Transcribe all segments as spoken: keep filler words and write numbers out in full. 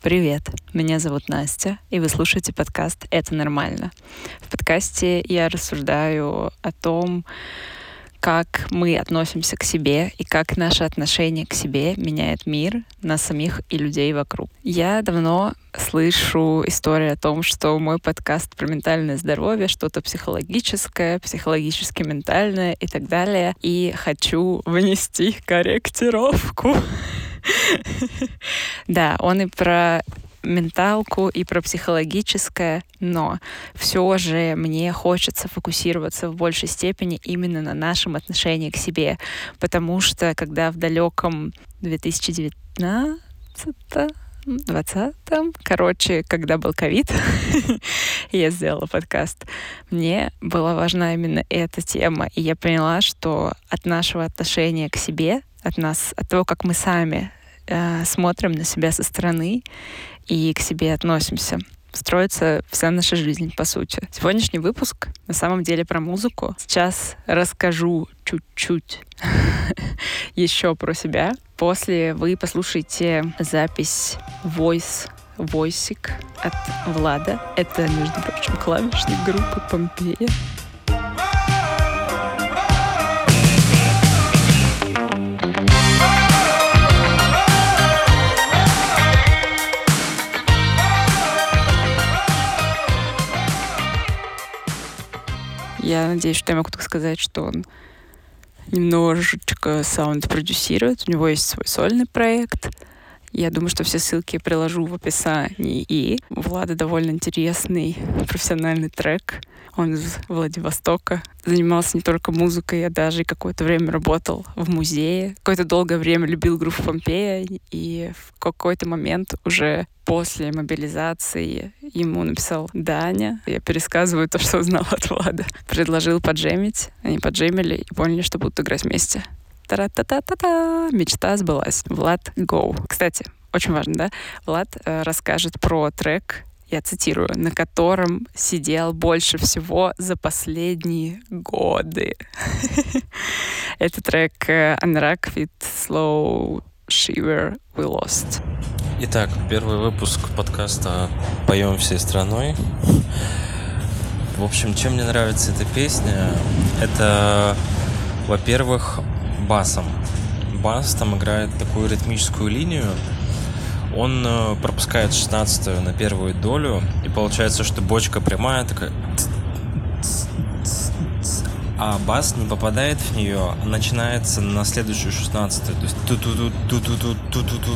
Привет, меня зовут Настя, и вы слушаете подкаст «Это нормально». В подкасте я рассуждаю о том, как мы относимся к себе и как наше отношение к себе меняет мир, нас самих и людей вокруг. Я давно слышу историю о том, что мой подкаст про ментальное здоровье, что-то психологическое, психологически-ментальное и так далее. И хочу внести корректировку. Да, он и про менталку, и про психологическое, но все же мне хочется фокусироваться в большей степени именно на нашем отношении к себе, потому что когда в далеком две тысячи девятнадцатом, двадцатом, короче, когда был ковид, я сделала подкаст, мне была важна именно эта тема, и я поняла, что от нашего отношения к себе, от нас, от того, как мы сами э, смотрим на себя со стороны и к себе относимся, строится вся наша жизнь, по сути. Сегодняшний выпуск на самом деле про музыку. Сейчас расскажу чуть-чуть еще про себя. После вы послушаете запись Voice, Voicik от Влада. Это, между прочим, клавишник группы Помпея. Я надеюсь, что я могу так сказать, что он немножечко саунд-продюсирует. У него есть свой сольный проект. Я думаю, что все ссылки я приложу в описании. И у Влада довольно интересный профессиональный трек. Он из Владивостока. Занимался не только музыкой, я даже какое-то время работал в музее. Какое-то долгое время любил группу Помпея. И в какой-то момент уже после мобилизации ему написал Даня. Я пересказываю то, что узнала от Влада. Предложил поджемить. Они поджемили и поняли, что будут играть вместе. Та-та-та-та-та! Мечта сбылась. Влад, go. Кстати, очень важно, да? Влад э, расскажет про трек, я цитирую, на котором сидел больше всего за последние годы. Это трек Анрак with Slow Shiver We Lost. Итак, первый выпуск подкаста «Поем всей страной». В общем, чем мне нравится эта песня, это, во-первых, басом. Бас там играет такую ритмическую линию. Он пропускает шестнадцатую на первую долю, и получается, что бочка прямая такая, а бас не попадает в нее, а начинается на следующую шестнадцатую, то есть ту-ту-ту-ту-ту-ту-ту-ту.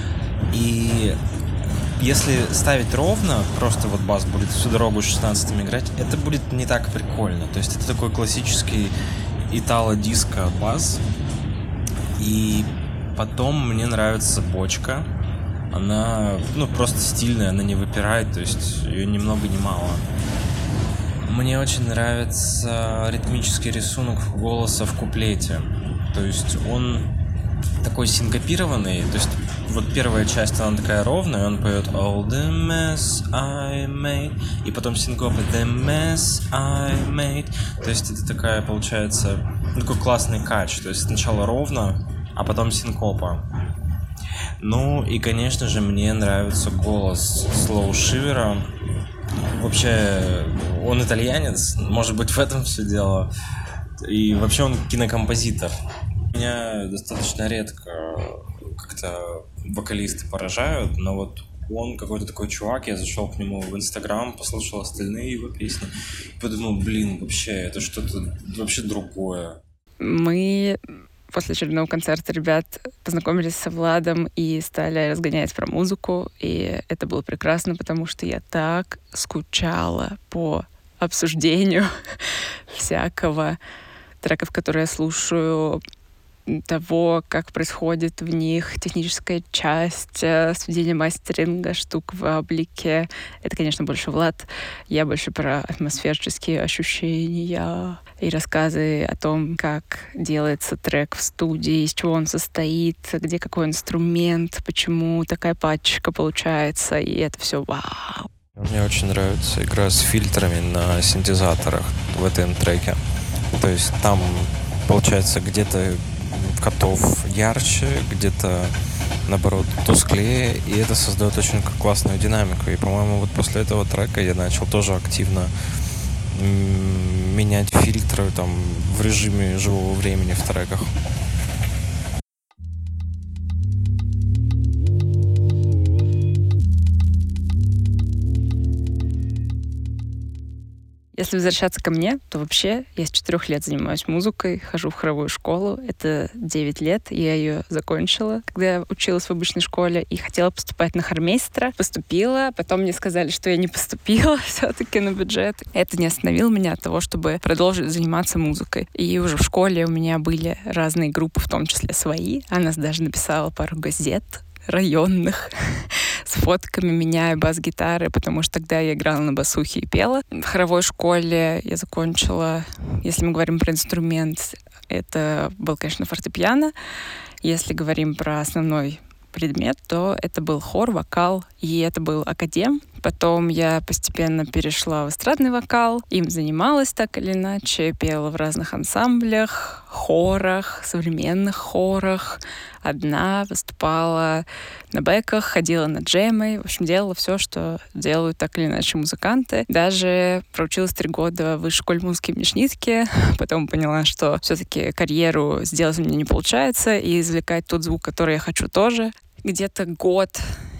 И если ставить ровно, просто вот бас будет всю дорогу шестнадцатыми играть, это будет не так прикольно. То есть это такой классический итало-диско бас. И потом мне нравится бочка. Она, ну, просто стильная, она не выпирает, то есть ее ни много ни мало. Мне очень нравится ритмический рисунок голоса в куплете. То есть он такой синкопированный, то есть вот первая часть, она такая ровная, он поет All the mess I made, и потом синкопы The mess I made, то есть это такая, получается, такой классный кач, то есть сначала ровно, а потом синкопа. Ну и, конечно же, мне нравится голос Slow Shiver. Вообще, он итальянец, может быть, в этом все дело, и вообще он кинокомпозитор. Меня достаточно редко как-то вокалисты поражают, но вот он какой-то такой чувак, я зашел к нему в Инстаграм, послушал остальные его песни и подумал, блин, вообще, это что-то вообще другое. Мы после очередного концерта ребят познакомились со Владом и стали разгонять про музыку, и это было прекрасно, потому что я так скучала по обсуждению всякого треков, которые я слушаю, того, как происходит в них техническая часть, сведение мастеринга, штук в облике. Это, конечно, больше Влад. Я больше про атмосферические ощущения и рассказы о том, как делается трек в студии, из чего он состоит, где какой инструмент, почему такая пачка получается, и это все вау. Мне очень нравится игра с фильтрами на синтезаторах в этом треке. То есть там, получается, где-то котов ярче, где-то наоборот, тусклее, и это создает очень классную динамику. И, по-моему, вот после этого трека я начал тоже активно м- менять фильтры там в режиме живого времени в треках. Если возвращаться ко мне, то вообще я с четырех лет занимаюсь музыкой, хожу в хоровую школу. Это девять лет, и я ее закончила, когда я училась в обычной школе и хотела поступать на хормейстера. Поступила, потом мне сказали, что я не поступила все-таки на бюджет. Это не остановило меня от того, чтобы продолжить заниматься музыкой. И уже в школе у меня были разные группы, в том числе свои. Она даже написала пару газет районных с фотками меня и бас-гитары, потому что тогда я играла на басухе и пела. В хоровой школе я закончила, если мы говорим про инструмент, это был, конечно, фортепиано. Если говорим про основной предмет, то это был хор, вокал, и это был академ. Потом я постепенно перешла в эстрадный вокал, им занималась так или иначе, пела в разных ансамблях, хорах, современных хорах, одна выступала на бэках, ходила на джемы, в общем, делала все, что делают так или иначе музыканты. Даже проучилась три года в высшей школе музыки в Мишнитке, потом поняла, что все-таки карьеру сделать у меня не получается, и извлекать тот звук, который я хочу, тоже. Где-то год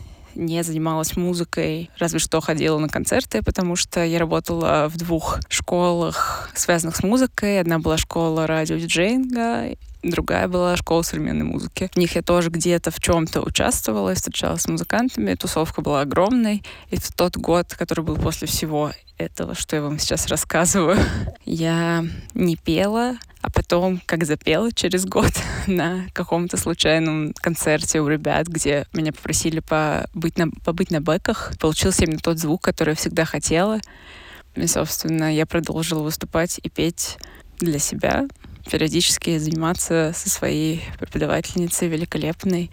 не занималась музыкой, разве что ходила на концерты, потому что я работала в двух школах, связанных с музыкой. Одна была школа радиодиджеинга, другая была школа современной музыки. В них я тоже где-то в чем-то участвовала и встречалась с музыкантами. Тусовка была огромной. И в тот год, который был после всего этого, что я вам сейчас рассказываю, я не пела, а потом, как запела через год на каком-то случайном концерте у ребят, где меня попросили побыть на, побыть на бэках, получился именно тот звук, который я всегда хотела. И, собственно, я продолжила выступать и петь для себя, периодически заниматься со своей преподавательницей великолепной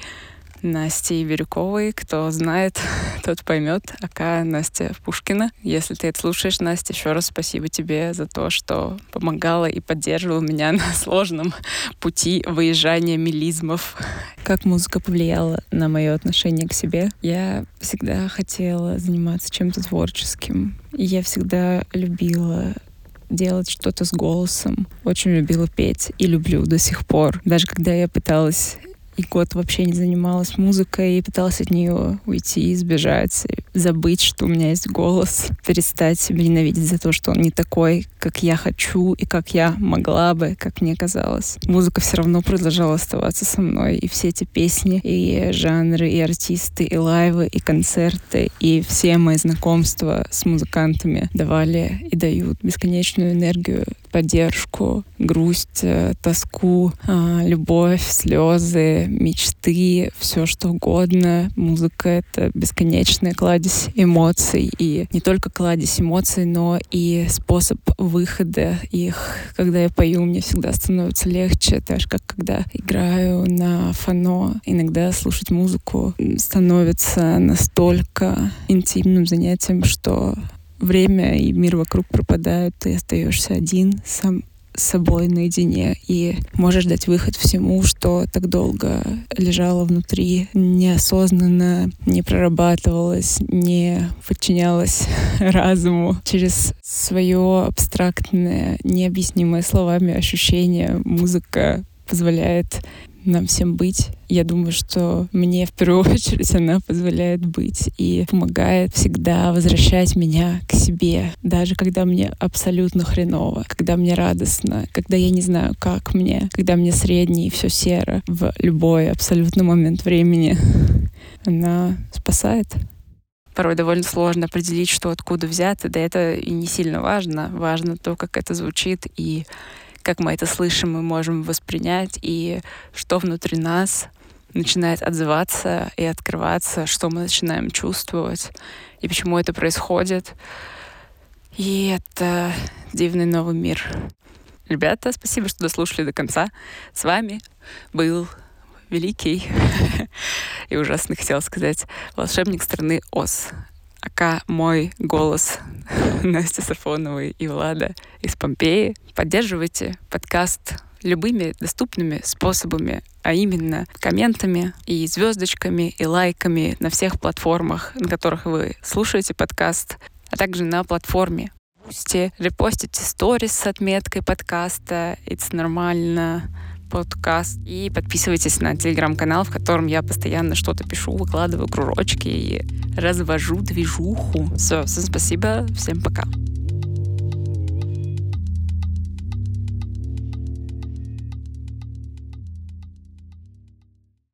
Настей Бирюковой. Кто знает, тот поймет. Ака Настя Пушкина. Если ты это слушаешь, Настя, еще раз спасибо тебе за то, что помогала и поддерживала меня на сложном пути выезжания мелизмов. Как музыка повлияла на мое отношение к себе? Я всегда хотела заниматься чем-то творческим. И я всегда любила делать что-то с голосом. Очень любила петь и люблю до сих пор. Даже когда я пыталась и год вообще не занималась музыкой, и пыталась от нее уйти, сбежать, забыть, что у меня есть голос, перестать себя ненавидеть за то, что он не такой, как я хочу и как я могла бы, как мне казалось. Музыка все равно продолжала оставаться со мной, и все эти песни, и жанры, и артисты, и лайвы, и концерты, и все мои знакомства с музыкантами давали и дают бесконечную энергию, поддержку, грусть, тоску, любовь, слезы, мечты, все что угодно. Музыка — это бесконечная кладезь эмоций. И не только кладезь эмоций, но и способ выхода их. Когда я пою, мне всегда становится легче. Так же, как когда играю на фано. Иногда слушать музыку становится настолько интимным занятием, что время и мир вокруг пропадают, ты остаешься один сам с собой наедине и можешь дать выход всему, что так долго лежало внутри, неосознанно не прорабатывалось, не подчинялось разуму. Через свое абстрактное, необъяснимое словами ощущение музыка позволяет нам всем быть. Я думаю, что мне в первую очередь она позволяет быть и помогает всегда возвращать меня к себе, даже когда мне абсолютно хреново, когда мне радостно, когда я не знаю, как мне, когда мне средне и все серо. В любой абсолютно момент времени она спасает. Порой довольно сложно определить, что откуда взято, да это и не сильно важно. Важно то, как это звучит и как мы это слышим, мы можем воспринять, и что внутри нас начинает отзываться и открываться, что мы начинаем чувствовать, и почему это происходит. И это дивный новый мир. Ребята, спасибо, что дослушали до конца. С вами был великий и ужасно хотела сказать волшебник страны Оз. Ака мой голос Насти Сафоновой и Влада из Помпеи. Поддерживайте подкаст любыми доступными способами, а именно комментами и звездочками и лайками на всех платформах, на которых вы слушаете подкаст, а также на платформе Boosty. Репостите сторис с отметкой подкаста «It's нормально», подкаст. И подписывайтесь на телеграм-канал, в котором я постоянно что-то пишу, выкладываю кружочки и развожу движуху. Все, всем спасибо, всем пока.